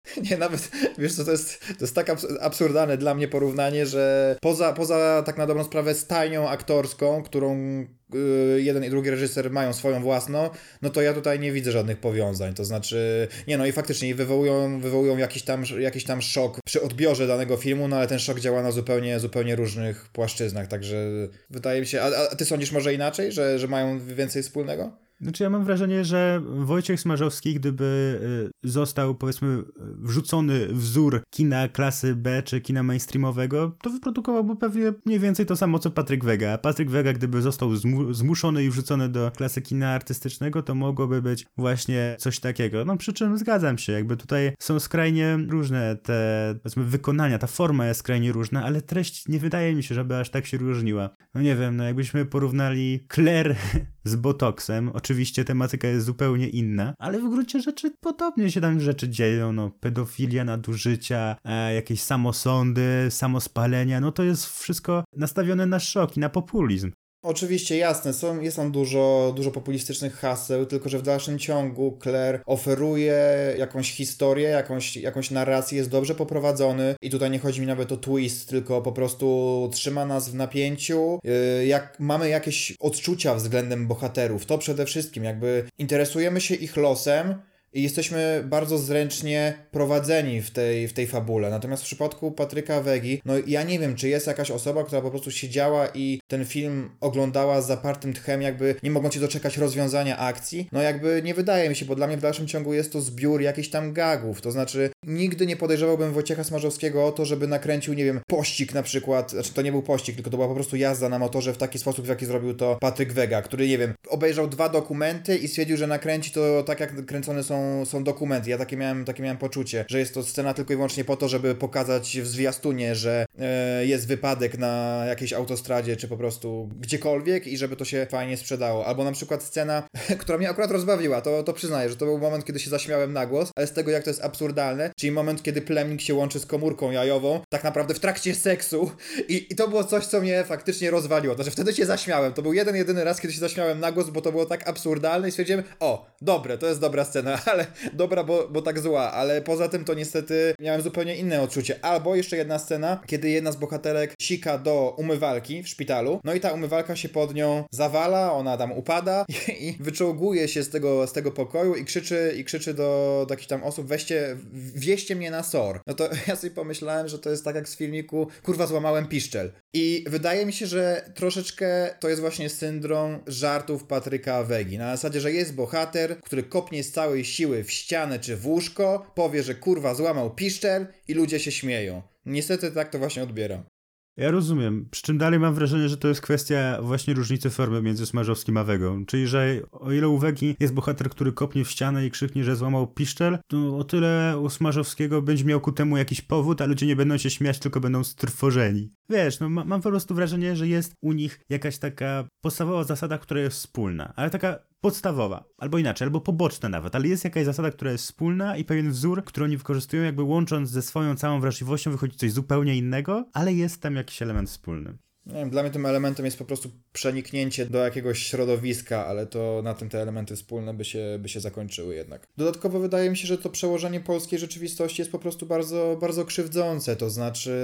Nie, nawet, wiesz co, to jest, to jest tak absurdalne dla mnie porównanie, że poza, poza tak na dobrą sprawę stajnią aktorską, którą yy, jeden i drugi reżyser mają swoją własną, no to ja tutaj nie widzę żadnych powiązań, to znaczy, nie no i faktycznie wywołują, wywołują jakiś tam, jakiś tam szok przy odbiorze danego filmu, no ale ten szok działa na zupełnie, zupełnie różnych płaszczyznach, także wydaje mi się, a, a ty sądzisz może inaczej, że, że mają więcej wspólnego? Znaczy ja mam wrażenie, że Wojciech Smarzowski, gdyby został, powiedzmy, wrzucony wzór kina klasy B czy kina mainstreamowego, to wyprodukowałby pewnie mniej więcej to samo co Patryk Wega. A Patryk Wega, gdyby został zmu- zmuszony i wrzucony do klasy kina artystycznego, to mogłoby być właśnie coś takiego. No przy czym zgadzam się, jakby tutaj są skrajnie różne te, powiedzmy, wykonania, ta forma jest skrajnie różna, ale treść nie wydaje mi się, żeby aż tak się różniła. No nie wiem, no jakbyśmy porównali Claire z Botoxem, oczywiście tematyka jest zupełnie inna, ale w gruncie rzeczy podobnie się tam rzeczy dzieją, no pedofilia, nadużycia, e, jakieś samosądy, samospalenia, no to jest wszystko nastawione na szok i na populizm. Oczywiście, jasne, są, jest tam dużo, dużo populistycznych haseł, tylko że w dalszym ciągu Claire oferuje jakąś historię, jakąś, jakąś narrację, jest dobrze poprowadzony i tutaj nie chodzi mi nawet o twist, tylko po prostu trzyma nas w napięciu, yy, jak mamy jakieś odczucia względem bohaterów, to przede wszystkim jakby interesujemy się ich losem, i jesteśmy bardzo zręcznie prowadzeni w tej, w tej fabule. Natomiast w przypadku Patryka Wegi, no ja nie wiem, czy jest jakaś osoba, która po prostu siedziała i ten film oglądała z zapartym tchem, jakby nie mogąc się doczekać rozwiązania akcji. No jakby nie wydaje mi się, bo dla mnie w dalszym ciągu jest to zbiór jakichś tam gagów. To znaczy nigdy nie podejrzewałbym Wojciecha Smarzowskiego o to, żeby nakręcił, nie wiem, pościg na przykład. Znaczy to nie był pościg, tylko to była po prostu jazda na motorze w taki sposób, w jaki zrobił to Patryk Wega, który, nie wiem, obejrzał dwa dokumenty i stwierdził, że nakręci to tak, jak kręcone są są dokumenty. Ja takie miałem, takie miałem poczucie, że jest to scena tylko i wyłącznie po to, żeby pokazać w zwiastunie, że e, jest wypadek na jakiejś autostradzie, czy po prostu gdziekolwiek i żeby to się fajnie sprzedało. Albo na przykład scena, która mnie akurat rozbawiła, to, to przyznaję, że to był moment, kiedy się zaśmiałem na głos, ale z tego, jak to jest absurdalne, czyli moment, kiedy plemnik się łączy z komórką jajową, tak naprawdę w trakcie seksu i, i to było coś, co mnie faktycznie rozwaliło. To, że wtedy się zaśmiałem. To był jeden, jedyny raz, kiedy się zaśmiałem na głos, bo to było tak absurdalne i stwierdziłem, o, dobre, to jest dobra scena, ale dobra, bo, bo tak zła, ale poza tym to niestety miałem zupełnie inne odczucie. Albo jeszcze jedna scena, kiedy jedna z bohaterek sika do umywalki w szpitalu, no i ta umywalka się pod nią zawala, ona tam upada i, i wyczołguje się z tego, z tego pokoju i krzyczy, i krzyczy do, do jakichś tam osób, weźcie, wieźcie mnie na S O R. No to ja sobie pomyślałem, że to jest tak jak z filmiku, kurwa, złamałem piszczel. I wydaje mi się, że troszeczkę to jest właśnie syndrom żartów Patryka Wegi. Na zasadzie, że jest bohater, który kopnie z całej siły w ścianę czy w łóżko, powie, że kurwa złamał piszczel i ludzie się śmieją. Niestety tak to właśnie odbieram. Ja rozumiem, przy czym dalej mam wrażenie, że to jest kwestia właśnie różnicy formy między Smarzowskim a Wegą. Czyli, że o ile u Wegi jest bohater, który kopnie w ścianę i krzyknie, że złamał piszczel, to o tyle u Smarzowskiego będzie miał ku temu jakiś powód, a ludzie nie będą się śmiać, tylko będą strwożeni. Wiesz, no ma, mam po prostu wrażenie, że jest u nich jakaś taka podstawowa zasada, która jest wspólna, ale taka podstawowa, albo inaczej, albo poboczna nawet, ale jest jakaś zasada, która jest wspólna i pewien wzór, który oni wykorzystują, jakby łącząc ze swoją całą wrażliwością wychodzi coś zupełnie innego, ale jest tam jakiś element wspólny. Nie wiem, dla mnie tym elementem jest po prostu przeniknięcie do jakiegoś środowiska, ale to na tym te elementy wspólne by się, by się zakończyły jednak. Dodatkowo wydaje mi się, że to przełożenie polskiej rzeczywistości jest po prostu bardzo, bardzo krzywdzące, to znaczy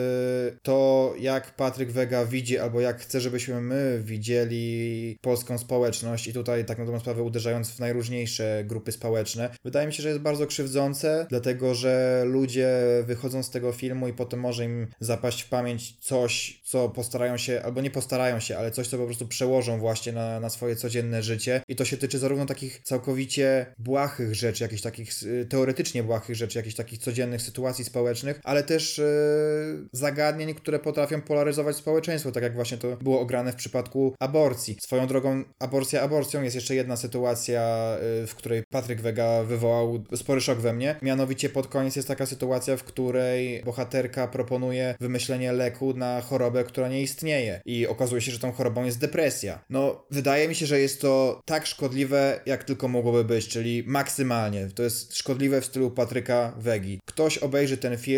to jak Patryk Wega widzi, albo jak chce, żebyśmy my widzieli polską społeczność i tutaj tak na dobrą sprawę uderzając w najróżniejsze grupy społeczne, wydaje mi się, że jest bardzo krzywdzące, dlatego że ludzie wychodzą z tego filmu i potem może im zapaść w pamięć coś, co postarają się albo nie postarają się, ale coś, co po prostu przełożą właśnie na, na swoje codzienne życie i to się tyczy zarówno takich całkowicie błahych rzeczy, jakichś takich teoretycznie błahych rzeczy, jakichś takich codziennych sytuacji społecznych, ale też yy, zagadnień, które potrafią polaryzować społeczeństwo, tak jak właśnie to było ograne w przypadku aborcji. Swoją drogą aborcja aborcją jest jeszcze jedna sytuacja, yy, w której Patryk Wega wywołał spory szok we mnie, mianowicie pod koniec jest taka sytuacja, w której bohaterka proponuje wymyślenie leku na chorobę, która nie istnieje. I okazuje się, że tą chorobą jest depresja. No, wydaje mi się, że jest to tak szkodliwe, jak tylko mogłoby być, czyli maksymalnie. To jest szkodliwe w stylu Patryka Wegi. Ktoś obejrzy ten film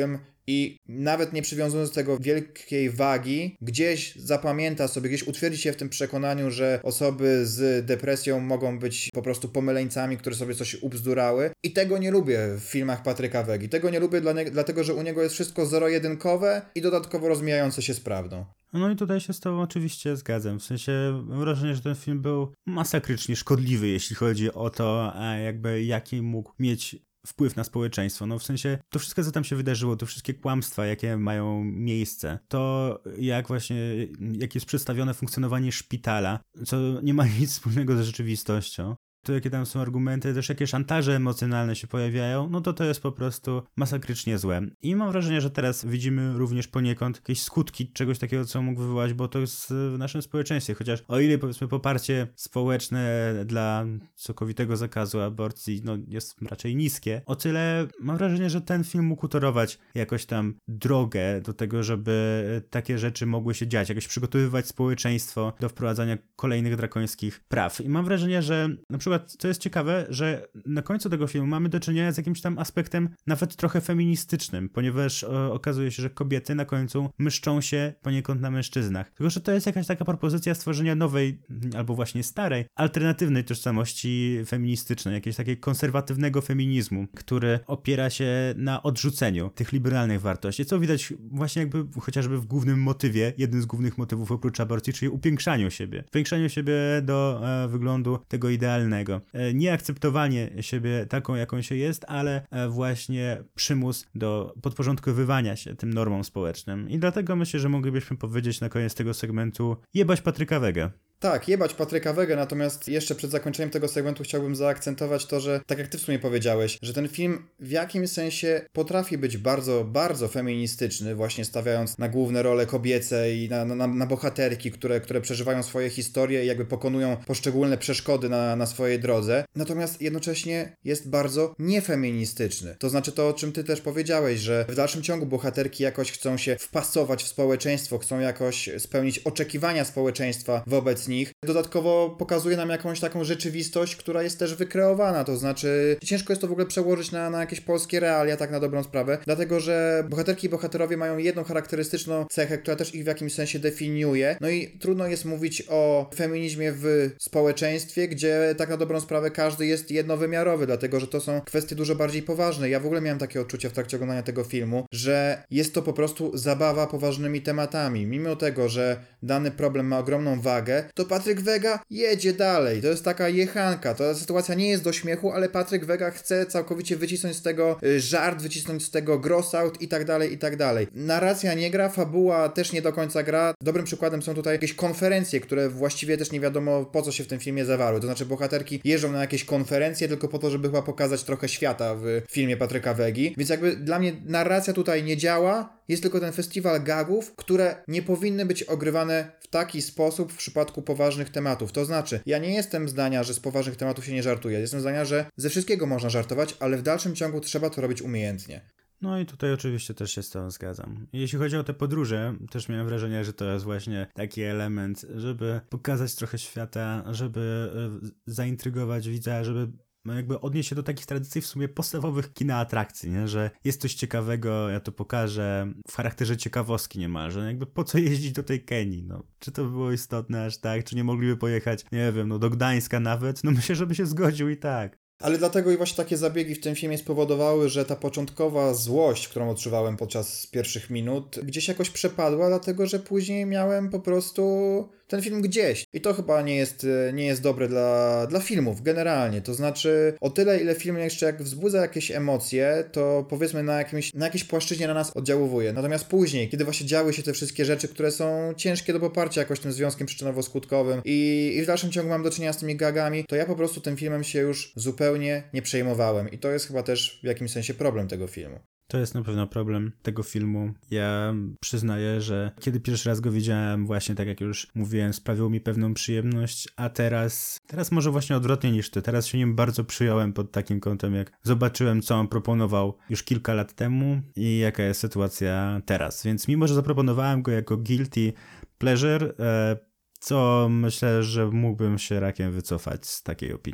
i nawet nie przywiązując do tego wielkiej wagi, gdzieś zapamięta sobie, gdzieś utwierdzi się w tym przekonaniu, że osoby z depresją mogą być po prostu pomyleńcami, które sobie coś ubzdurały. I tego nie lubię w filmach Patryka Wegi. Tego nie lubię dla nie- dlatego, że u niego jest wszystko zero-jedynkowe i dodatkowo rozmijające się z prawdą. No i tutaj się z tobą oczywiście zgadzam. W sensie mam wrażenie, że ten film był masakrycznie szkodliwy, jeśli chodzi o to, a jakby jaki mógł mieć wpływ na społeczeństwo. No w sensie to wszystko, co tam się wydarzyło, te wszystkie kłamstwa, jakie mają miejsce, to jak właśnie, jak jest przedstawione funkcjonowanie szpitala, co nie ma nic wspólnego ze rzeczywistością. To jakie tam są argumenty, też jakie szantaże emocjonalne się pojawiają, no to to jest po prostu masakrycznie złe. I mam wrażenie, że teraz widzimy również poniekąd jakieś skutki czegoś takiego, co mógł wywołać, bo to jest w naszym społeczeństwie, chociaż o ile powiedzmy poparcie społeczne dla całkowitego zakazu aborcji no jest raczej niskie, o tyle mam wrażenie, że ten film mógł utorować jakoś tam drogę do tego, żeby takie rzeczy mogły się dziać, jakoś przygotowywać społeczeństwo do wprowadzania kolejnych drakońskich praw. I mam wrażenie, że na przykład to jest ciekawe, że na końcu tego filmu mamy do czynienia z jakimś tam aspektem nawet trochę feministycznym, ponieważ o, okazuje się, że kobiety na końcu myszczą się poniekąd na mężczyznach. Tylko że to jest jakaś taka propozycja stworzenia nowej, albo właśnie starej, alternatywnej tożsamości feministycznej, jakiegoś takiego konserwatywnego feminizmu, który opiera się na odrzuceniu tych liberalnych wartości, co widać właśnie jakby chociażby w głównym motywie, jednym z głównych motywów oprócz aborcji, czyli upiększaniu siebie. Upiększaniu siebie do e, wyglądu tego idealnego. Nieakceptowanie siebie taką, jaką się jest, ale właśnie przymus do podporządkowywania się tym normom społecznym. I dlatego myślę, że moglibyśmy powiedzieć na koniec tego segmentu jebać Patryka Wegę. Tak, jebać Patryka Wegę, natomiast jeszcze przed zakończeniem tego segmentu chciałbym zaakcentować to, że tak jak ty w sumie powiedziałeś, że ten film w jakimś sensie potrafi być bardzo, bardzo feministyczny, właśnie stawiając na główne role kobiece i na, na, na bohaterki, które, które przeżywają swoje historie i jakby pokonują poszczególne przeszkody na, na swojej drodze, natomiast jednocześnie jest bardzo niefeministyczny. To znaczy to, o czym ty też powiedziałeś, że w dalszym ciągu bohaterki jakoś chcą się wpasować w społeczeństwo, chcą jakoś spełnić oczekiwania społeczeństwa wobec nich. Dodatkowo pokazuje nam jakąś taką rzeczywistość, która jest też wykreowana, to znaczy ciężko jest to w ogóle przełożyć na, na jakieś polskie realia, tak na dobrą sprawę, dlatego, że bohaterki i bohaterowie mają jedną charakterystyczną cechę, która też ich w jakimś sensie definiuje, no i trudno jest mówić o feminizmie w społeczeństwie, gdzie tak na dobrą sprawę każdy jest jednowymiarowy, dlatego, że to są kwestie dużo bardziej poważne. Ja w ogóle miałem takie odczucie w trakcie oglądania tego filmu, że jest to po prostu zabawa poważnymi tematami. Mimo tego, że dany problem ma ogromną wagę, to Patryk Wega jedzie dalej. To jest taka jechanka. Ta sytuacja nie jest do śmiechu, ale Patryk Wega chce całkowicie wycisnąć z tego żart, wycisnąć z tego gross out i tak dalej, i tak dalej. Narracja nie gra, fabuła też nie do końca gra. Dobrym przykładem są tutaj jakieś konferencje, które właściwie też nie wiadomo po co się w tym filmie zawarły. To znaczy bohaterki jeżdżą na jakieś konferencje tylko po to, żeby chyba pokazać trochę świata w filmie Patryka Wegi. Więc jakby dla mnie narracja tutaj nie działa. Jest tylko ten festiwal gagów, które nie powinny być ogrywane w taki sposób w przypadku poważnych tematów. To znaczy, ja nie jestem zdania, że z poważnych tematów się nie żartuje. Jestem zdania, że ze wszystkiego można żartować, ale w dalszym ciągu trzeba to robić umiejętnie. No i tutaj oczywiście też się z tym zgadzam. Jeśli chodzi o te podróże, też miałem wrażenie, że to jest właśnie taki element, żeby pokazać trochę świata, żeby zaintrygować widza, żeby jakby odnieść się do takich tradycji w sumie podstawowych kina atrakcji, nie? Że jest coś ciekawego, ja to pokażę w charakterze ciekawostki niemalże. Jakby po co jeździć do tej Kenii, no? Czy to było istotne aż tak? Czy nie mogliby pojechać, nie wiem, no do Gdańska nawet? No myślę, żeby się zgodził i tak. Ale dlatego i właśnie takie zabiegi w tym filmie spowodowały, że ta początkowa złość, którą odczuwałem podczas pierwszych minut, gdzieś jakoś przepadła, dlatego że później miałem po prostu ten film gdzieś. I to chyba nie jest, nie jest dobre dla, dla filmów generalnie. To znaczy o tyle, ile film jeszcze jak wzbudza jakieś emocje, to powiedzmy na, jakimś, na jakiejś płaszczyźnie na nas oddziałuje. Natomiast później, kiedy właśnie działy się te wszystkie rzeczy, które są ciężkie do poparcia jakoś tym związkiem przyczynowo-skutkowym i, i w dalszym ciągu mam do czynienia z tymi gagami, to ja po prostu tym filmem się już zupełnie nie przejmowałem. I to jest chyba też w jakimś sensie problem tego filmu. To jest na pewno problem tego filmu. Ja przyznaję, że kiedy pierwszy raz go widziałem, właśnie tak jak już mówiłem, sprawił mi pewną przyjemność, a teraz, teraz może właśnie odwrotnie niż ty. Teraz się nim bardzo przyjąłem pod takim kątem, jak zobaczyłem, co on proponował już kilka lat temu i jaka jest sytuacja teraz. Więc mimo, że zaproponowałem go jako guilty pleasure, co myślę, że mógłbym się rakiem wycofać z takiej opinii.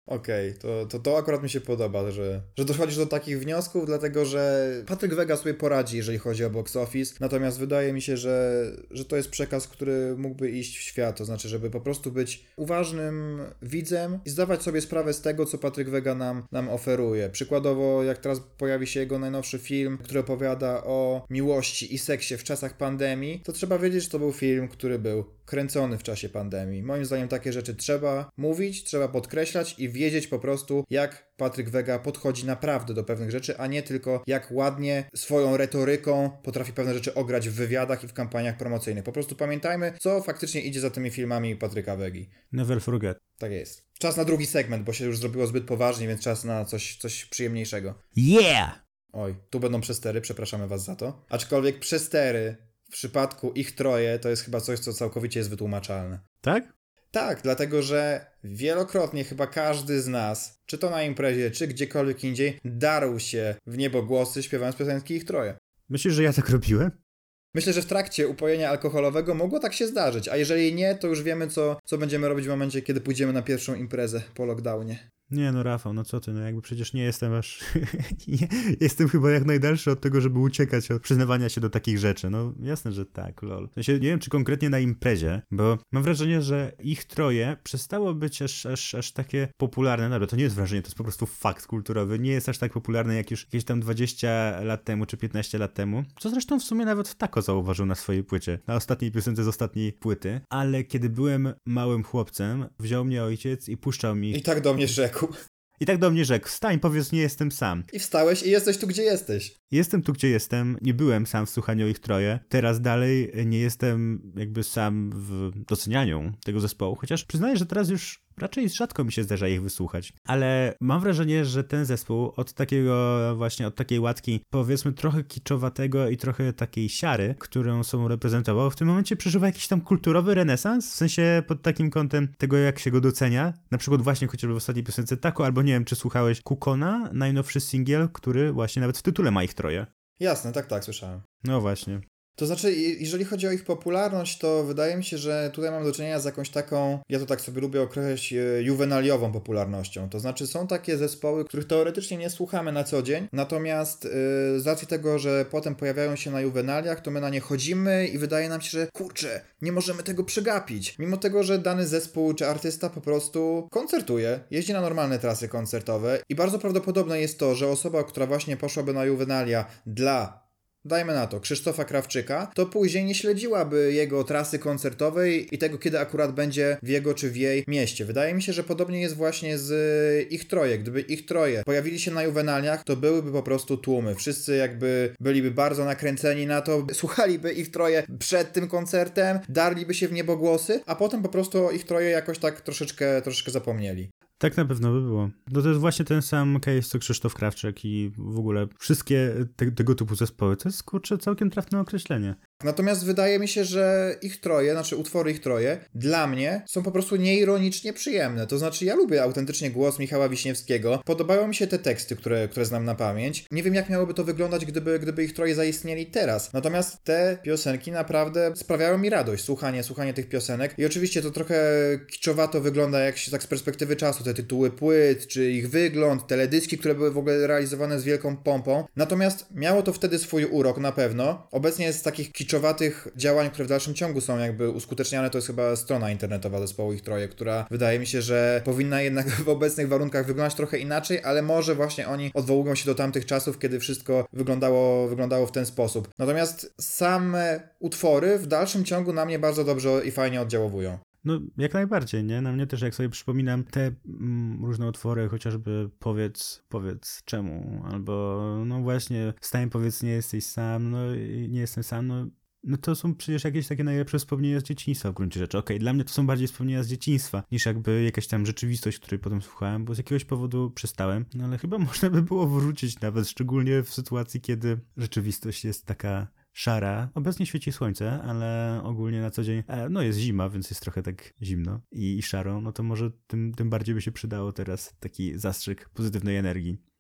Okej, okay, to, to, to akurat mi się podoba, że, że dochodzisz do takich wniosków, dlatego że Patryk Wega sobie poradzi, jeżeli chodzi o box office, natomiast wydaje mi się, że, że to jest przekaz, który mógłby iść w świat, to znaczy, żeby po prostu być uważnym widzem i zdawać sobie sprawę z tego, co Patryk Wega nam, nam oferuje. Przykładowo, jak teraz pojawi się jego najnowszy film, który opowiada o miłości i seksie w czasach pandemii, to trzeba wiedzieć, że to był film, który był kręcony w czasie pandemii. Moim zdaniem takie rzeczy trzeba mówić, trzeba podkreślać i wiedzieć po prostu, jak Patryk Wega podchodzi naprawdę do pewnych rzeczy, a nie tylko jak ładnie swoją retoryką potrafi pewne rzeczy ograć w wywiadach i w kampaniach promocyjnych. Po prostu pamiętajmy, co faktycznie idzie za tymi filmami Patryka Wegi. Never forget. Tak jest. Czas na drugi segment, bo się już zrobiło zbyt poważnie, więc czas na coś, coś przyjemniejszego. Yeah! Oj, tu będą przestery, przepraszamy was za to. Aczkolwiek przestery w przypadku ich troje to jest chyba coś, co całkowicie jest wytłumaczalne. Tak? Tak, dlatego że wielokrotnie chyba każdy z nas, czy to na imprezie, czy gdziekolwiek indziej, darł się w niebogłosy śpiewając piosenki ich troje. Myślisz, że ja tak robiłem? Myślę, że w trakcie upojenia alkoholowego mogło tak się zdarzyć, a jeżeli nie, to już wiemy, co, co będziemy robić w momencie, kiedy pójdziemy na pierwszą imprezę po lockdownie. Nie no Rafał, no co ty, no jakby przecież nie jestem aż... nie, jestem chyba jak najdalszy od tego, żeby uciekać od przyznawania się do takich rzeczy. No jasne, że tak, lol. W sensie nie wiem, czy konkretnie na imprezie, bo mam wrażenie, że ich troje przestało być aż, aż, aż takie popularne. Dobra, to nie jest wrażenie, to jest po prostu fakt kulturowy. Nie jest aż tak popularne jak już jakieś tam dwadzieścia lat temu, czy piętnaście lat temu. Co zresztą w sumie nawet Tako zauważył na swojej płycie. Na ostatniej piosence z ostatniej płyty. Ale kiedy byłem małym chłopcem, wziął mnie ojciec i puszczał mi... I tak do mnie rzekł. I tak do mnie rzekł, wstań, powiedz, nie jestem sam. I wstałeś i jesteś tu, gdzie jesteś. Jestem tu, gdzie jestem, nie byłem sam w słuchaniu ich troje. Teraz dalej nie jestem jakby sam w docenianiu tego zespołu, chociaż przyznaję, że teraz już raczej rzadko mi się zdarza ich wysłuchać. Ale mam wrażenie, że ten zespół od takiego właśnie, od takiej łatki, powiedzmy trochę kiczowatego i trochę takiej siary, którą sobą reprezentował, w tym momencie przeżywa jakiś tam kulturowy renesans, w sensie pod takim kątem tego, jak się go docenia. Na przykład właśnie chociażby w ostatniej piosence Tako, albo nie wiem, czy słuchałeś Kukona, najnowszy singiel, który właśnie nawet w tytule ma ich troje. Jasne, tak, tak, słyszałem. No właśnie. To znaczy, jeżeli chodzi o ich popularność, to wydaje mi się, że tutaj mamy do czynienia z jakąś taką, ja to tak sobie lubię określić, juwenaliową popularnością. To znaczy, są takie zespoły, których teoretycznie nie słuchamy na co dzień, natomiast yy, z racji tego, że potem pojawiają się na juwenaliach, to my na nie chodzimy i wydaje nam się, że kurczę, nie możemy tego przegapić. Mimo tego, że dany zespół czy artysta po prostu koncertuje, jeździ na normalne trasy koncertowe i bardzo prawdopodobne jest to, że osoba, która właśnie poszłaby na juwenalia dla dajmy na to, Krzysztofa Krawczyka, to później nie śledziłaby jego trasy koncertowej i tego, kiedy akurat będzie w jego czy w jej mieście. Wydaje mi się, że podobnie jest właśnie z ich troje. Gdyby ich troje pojawili się na juwenaliach, to byłyby po prostu tłumy. Wszyscy jakby byliby bardzo nakręceni na to, słuchaliby ich troje przed tym koncertem, darliby się w niebogłosy, a potem po prostu ich troje jakoś tak troszeczkę, troszeczkę zapomnieli. Tak na pewno by było. No to jest właśnie ten sam case co Krzysztof Krawczyk i w ogóle wszystkie te, tego typu zespoły. To jest, kurczę, całkiem trafne określenie. Natomiast wydaje mi się, że ich troje, znaczy utwory ich troje, dla mnie są po prostu nieironicznie przyjemne. To znaczy, ja lubię autentycznie głos Michała Wiśniewskiego. Podobają mi się te teksty, które, które znam na pamięć. Nie wiem, jak miałoby to wyglądać, gdyby, gdyby ich troje zaistnieli teraz. Natomiast te piosenki naprawdę sprawiają mi radość. Słuchanie, słuchanie tych piosenek. I oczywiście to trochę kiczowato wygląda, jak się tak z perspektywy czasu, te tytuły płyt, czy ich wygląd, teledyski, które były w ogóle realizowane z wielką pompą. Natomiast miało to wtedy swój urok na pewno. Obecnie z takich kiczowatych działań, które w dalszym ciągu są jakby uskuteczniane, to jest chyba strona internetowa zespołu ich troje, która wydaje mi się, że powinna jednak w obecnych warunkach wyglądać trochę inaczej, ale może właśnie oni odwołują się do tamtych czasów, kiedy wszystko wyglądało, wyglądało w ten sposób. Natomiast same utwory w dalszym ciągu na mnie bardzo dobrze i fajnie oddziałowują. No, jak najbardziej, nie? Na mnie też, jak sobie przypominam te mm, różne utwory, chociażby powiedz, powiedz czemu, albo no właśnie, wstań, powiedz, nie jesteś sam, no nie jestem sam, no No to są przecież jakieś takie najlepsze wspomnienia z dzieciństwa w gruncie rzeczy. Okej, okay, dla mnie to są bardziej wspomnienia z dzieciństwa, niż jakby jakaś tam rzeczywistość, której potem słuchałem, bo z jakiegoś powodu przestałem. No ale chyba można by było wrócić nawet, szczególnie w sytuacji, kiedy rzeczywistość jest taka szara. Obecnie świeci słońce, ale ogólnie na co dzień, e, no jest zima, więc jest trochę tak zimno i, i szaro, no to może tym, tym bardziej by się przydało teraz taki zastrzyk pozytywnej energii.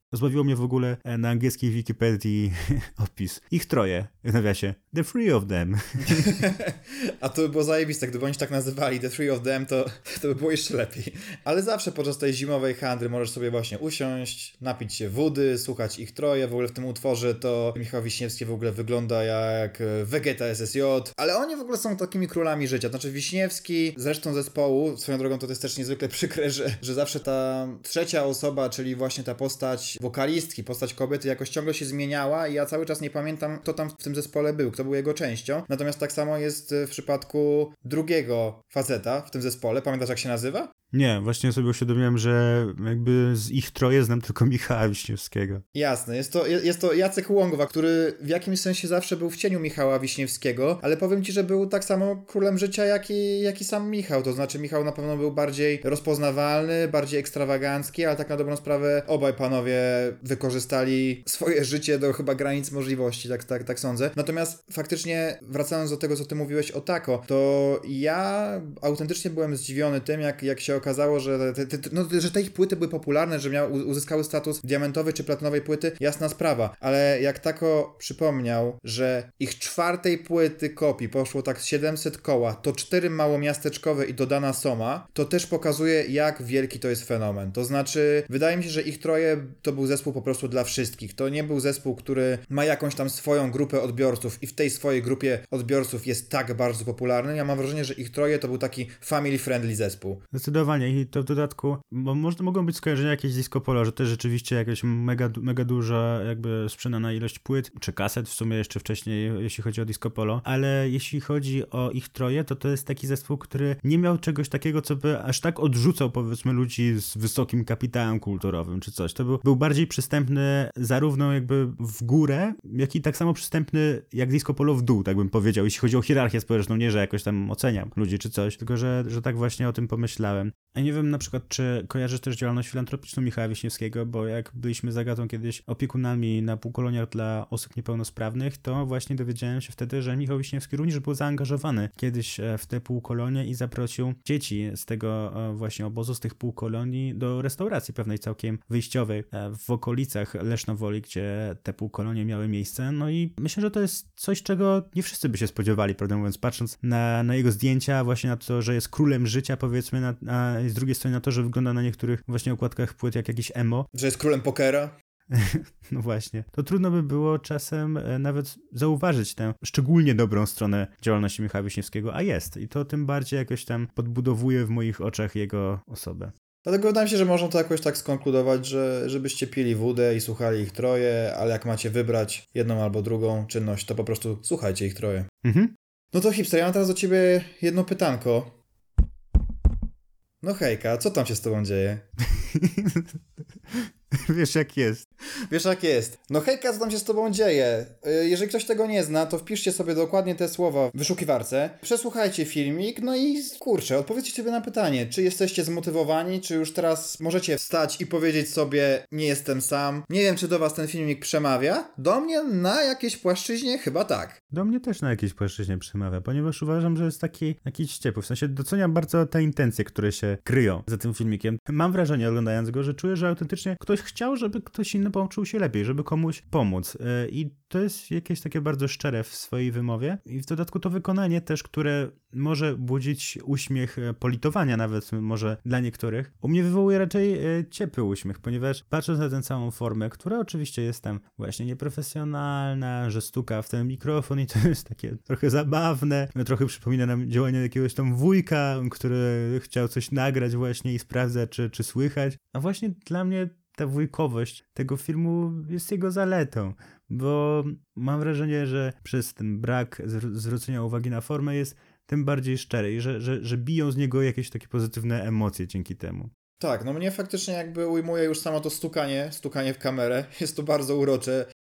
Rozbawiło mnie w ogóle na angielskiej Wikipedii opis. Ich troje, w nawiasie. The three of them. A to by było zajebiste, gdyby oni się tak nazywali, the three of them, to, to by było jeszcze lepiej. Ale zawsze podczas tej zimowej handry możesz sobie właśnie usiąść, napić się wody, słuchać ich troje. W ogóle w tym utworze to Michał Wiśniewski w ogóle wygląda jak Vegeta S S J, ale oni w ogóle są takimi królami życia. Znaczy Wiśniewski, zresztą zespołu, swoją drogą to jest też niezwykle przykre, że, że zawsze ta trzecia osoba, czyli właśnie ta postać wokalistki, postać kobiety jakoś ciągle się zmieniała i ja cały czas nie pamiętam, kto tam w tym zespole był, kto był jego częścią. Natomiast tak samo jest w przypadku drugiego faceta w tym zespole. Pamiętasz, jak się nazywa? Nie, właśnie sobie uświadomiłem, że jakby z ich troje znam tylko Michała Wiśniewskiego. Jasne, jest to, jest to Jacek Łągwa, który w jakimś sensie zawsze był w cieniu Michała Wiśniewskiego, ale powiem ci, że był tak samo królem życia, jak i, jak i sam Michał. To znaczy Michał na pewno był bardziej rozpoznawalny, bardziej ekstrawagancki, ale tak na dobrą sprawę obaj panowie wykorzystali swoje życie do chyba granic możliwości, tak, tak, tak sądzę. Natomiast faktycznie wracając do tego, co ty mówiłeś o Tako, to ja autentycznie byłem zdziwiony tym, jak, jak się okazało, że te, te, no, że te ich płyty były popularne, że miały, uzyskały status diamentowej czy platynowej płyty, jasna sprawa. Ale jak Tako przypomniał, że ich czwartej płyty kopii poszło tak siedemset koła, to cztery małomiasteczkowe i dodana Soma, to też pokazuje, jak wielki to jest fenomen. To znaczy, wydaje mi się, że ich troje to był zespół po prostu dla wszystkich. To nie był zespół, który ma jakąś tam swoją grupę odbiorców i w tej swojej grupie odbiorców jest tak bardzo popularny. Ja mam wrażenie, że ich troje to był taki family-friendly zespół. Zdecydowanie i to w dodatku, bo może mogą być skojarzenia jakieś disco polo, że też rzeczywiście jakaś mega, mega duża jakby sprzedana ilość płyt, czy kaset w sumie jeszcze wcześniej, jeśli chodzi o disco polo, ale jeśli chodzi o ich troje, to to jest taki zespół, który nie miał czegoś takiego, co by aż tak odrzucał powiedzmy ludzi z wysokim kapitałem kulturowym, czy coś. To był, był bardziej przystępny zarówno jakby w górę, jak i tak samo przystępny jak disco polo w dół, tak bym powiedział, jeśli chodzi o hierarchię społeczną, nie, że jakoś tam oceniam ludzi czy coś, tylko że, że tak właśnie o tym pomyślałem. A nie wiem na przykład, czy kojarzysz też działalność filantropiczną Michała Wiśniewskiego, bo jak byliśmy z Agatą kiedyś opiekunami na półkoloniach dla osób niepełnosprawnych, to właśnie dowiedziałem się wtedy, że Michał Wiśniewski również był zaangażowany kiedyś w te półkolonie i zaprosił dzieci z tego właśnie obozu, z tych półkolonii do restauracji pewnej całkiem wyjściowej w okolicach Lesznowoli, gdzie te półkolonie miały miejsce. No i myślę, że to jest coś, czego nie wszyscy by się spodziewali, prawdę mówiąc, patrząc na, na jego zdjęcia, właśnie na to, że jest królem życia, powiedzmy, na, a z drugiej strony na to, że wygląda na niektórych właśnie okładkach płyt jak jakiś emo. Że jest królem pokera. No właśnie. To trudno by było czasem nawet zauważyć tę szczególnie dobrą stronę działalności Michała Wiśniewskiego, a jest. I to tym bardziej jakoś tam podbudowuje w moich oczach jego osobę. Dlatego wydaje mi się, że można to jakoś tak skonkludować, że żebyście pili wódę i słuchali ich troje, ale jak macie wybrać jedną albo drugą czynność, to po prostu słuchajcie ich troje. Mhm. No to hipster, ja mam teraz do ciebie jedno pytanko. No hejka, co tam się z tobą dzieje? Wiesz jak jest. Wiesz jak jest. No hejka, co tam się z tobą dzieje? Jeżeli ktoś tego nie zna, to wpiszcie sobie dokładnie te słowa w wyszukiwarce, przesłuchajcie filmik, no i kurczę, odpowiedzcie sobie na pytanie, czy jesteście zmotywowani, czy już teraz możecie wstać i powiedzieć sobie, nie jestem sam. Nie wiem, czy do was ten filmik przemawia. Do mnie na jakiejś płaszczyźnie chyba tak. Do mnie też na jakiejś płaszczyźnie przemawia, ponieważ uważam, że jest taki jakiś ciepły. W sensie doceniam bardzo te intencje, które się kryją za tym filmikiem. Mam wrażenie, oglądając go, że czuję, że autentycznie ktoś chciał, żeby ktoś inny poczuł się lepiej, żeby komuś pomóc. I to jest jakieś takie bardzo szczere w swojej wymowie. I w dodatku to wykonanie też, które może budzić uśmiech politowania nawet może dla niektórych, u mnie wywołuje raczej ciepły uśmiech, ponieważ patrząc na tę całą formę, która oczywiście jest tam właśnie nieprofesjonalna, że stuka w ten mikrofon i to jest takie trochę zabawne, trochę przypomina nam działanie jakiegoś tam wujka, który chciał coś nagrać właśnie i sprawdza, czy, czy słychać. A właśnie dla mnie ta wujkowość tego filmu jest jego zaletą, bo mam wrażenie, że przez ten brak zwrócenia uwagi na formę jest tym bardziej szczery i że, że, że biją z niego jakieś takie pozytywne emocje dzięki temu. Tak, no mnie faktycznie jakby ujmuje już samo to stukanie, stukanie w kamerę. Jest to bardzo urocze.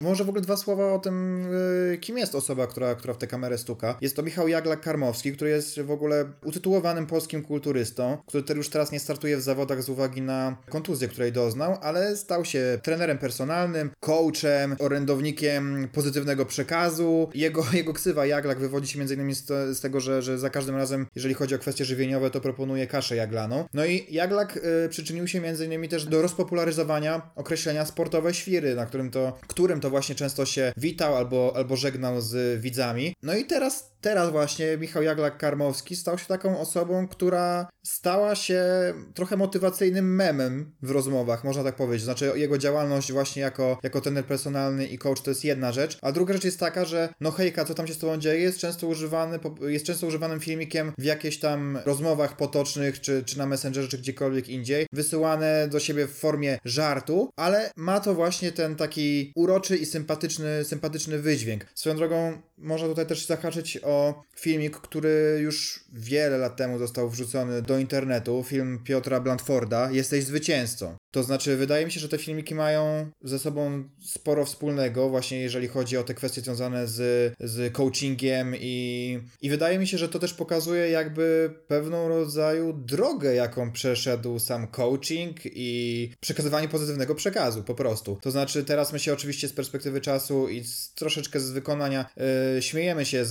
Może w ogóle dwa słowa o tym, yy, kim jest osoba, która, która w tę kamerę stuka. Jest to Michał Jaglak-Karmowski, który jest w ogóle utytułowanym polskim kulturystą, który już teraz nie startuje w zawodach z uwagi na kontuzję, której doznał, ale stał się trenerem personalnym, coachem, orędownikiem pozytywnego przekazu. Jego, jego ksywa Jaglak wywodzi się m.in. z, to, z tego, że, że za każdym razem, jeżeli chodzi o kwestie żywieniowe, to proponuje kaszę jaglaną. No i Jaglak yy, przyczynił się m.in. też do rozpopularyzowania określenia sportowe świry, na którym to, którym to właśnie często się witał albo, albo żegnał z widzami. No i teraz, teraz właśnie Michał Jaglak-Karmowski stał się taką osobą, która stała się trochę motywacyjnym memem w rozmowach, można tak powiedzieć. Znaczy jego działalność właśnie jako, jako trener personalny i coach to jest jedna rzecz, a druga rzecz jest taka, że no hejka, co tam się z tobą dzieje, jest często używany, jest często używanym filmikiem w jakichś tam rozmowach potocznych, czy, czy na Messengerze, czy gdziekolwiek indziej, wysyłane do siebie w formie żartu, ale ma to właśnie ten taki uroczy i sympatyczny, sympatyczny wydźwięk. Swoją drogą można tutaj też zahaczyć o filmik, który już wiele lat temu został wrzucony do internetu, film Piotra Blandforda, Jesteś zwycięzcą. To znaczy, wydaje mi się, że te filmiki mają ze sobą sporo wspólnego, właśnie jeżeli chodzi o te kwestie związane z, z coachingiem i, i wydaje mi się, że to też pokazuje jakby pewną rodzaju drogę, jaką przeszedł sam coaching i przekazywanie pozytywnego przekazu, po prostu. To znaczy, teraz my się oczywiście z perspektywy czasu i z, troszeczkę z wykonania yy, śmiejemy się z,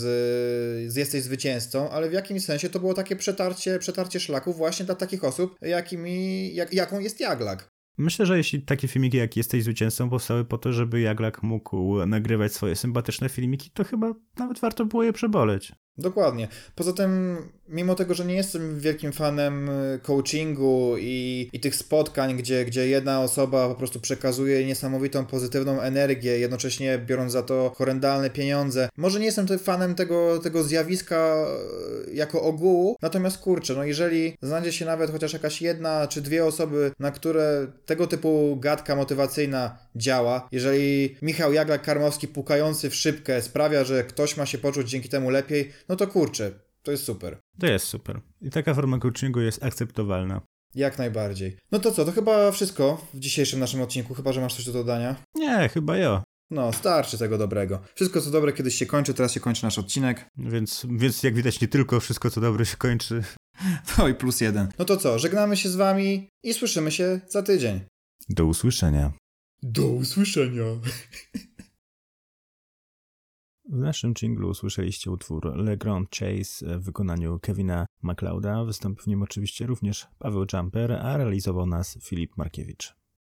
z Jesteś zwycięzcą, ale w jakimś sensie to było takie przetarcie, przetarcie szlaków właśnie dla takich osób, jakimi, jak, jaką jest Jaglak. Myślę, że jeśli takie filmiki jak Jesteś zwycięzcą powstały po to, żeby Jaglak mógł nagrywać swoje sympatyczne filmiki, to chyba nawet warto było je przeboleć. Dokładnie. Poza tym, mimo tego, że nie jestem wielkim fanem coachingu i, i tych spotkań, gdzie, gdzie jedna osoba po prostu przekazuje niesamowitą pozytywną energię, jednocześnie biorąc za to horrendalne pieniądze, może nie jestem fanem tego, tego zjawiska jako ogółu, natomiast kurczę, no jeżeli znajdzie się nawet chociaż jakaś jedna czy dwie osoby, na które tego typu gadka motywacyjna działa, jeżeli Michał Jaglak-Karmowski pukający w szybkę sprawia, że ktoś ma się poczuć dzięki temu lepiej, no to kurczę, to jest super. To jest super. I taka forma coachingu jest akceptowalna. Jak najbardziej. No to co, to chyba wszystko w dzisiejszym naszym odcinku, chyba że masz coś do dodania. Nie, chyba ja. No, starczy tego dobrego. Wszystko co dobre kiedyś się kończy, teraz się kończy nasz odcinek. Więc, więc jak widać nie tylko wszystko co dobre się kończy. No i plus jeden. No to co, żegnamy się z wami i słyszymy się za tydzień. Do usłyszenia. Do usłyszenia. W naszym dżinglu usłyszeliście utwór Le Grand Chase w wykonaniu Kevina MacLeoda. Wystąpił w nim oczywiście również Paweł Jumper, a realizował nas Filip Markiewicz.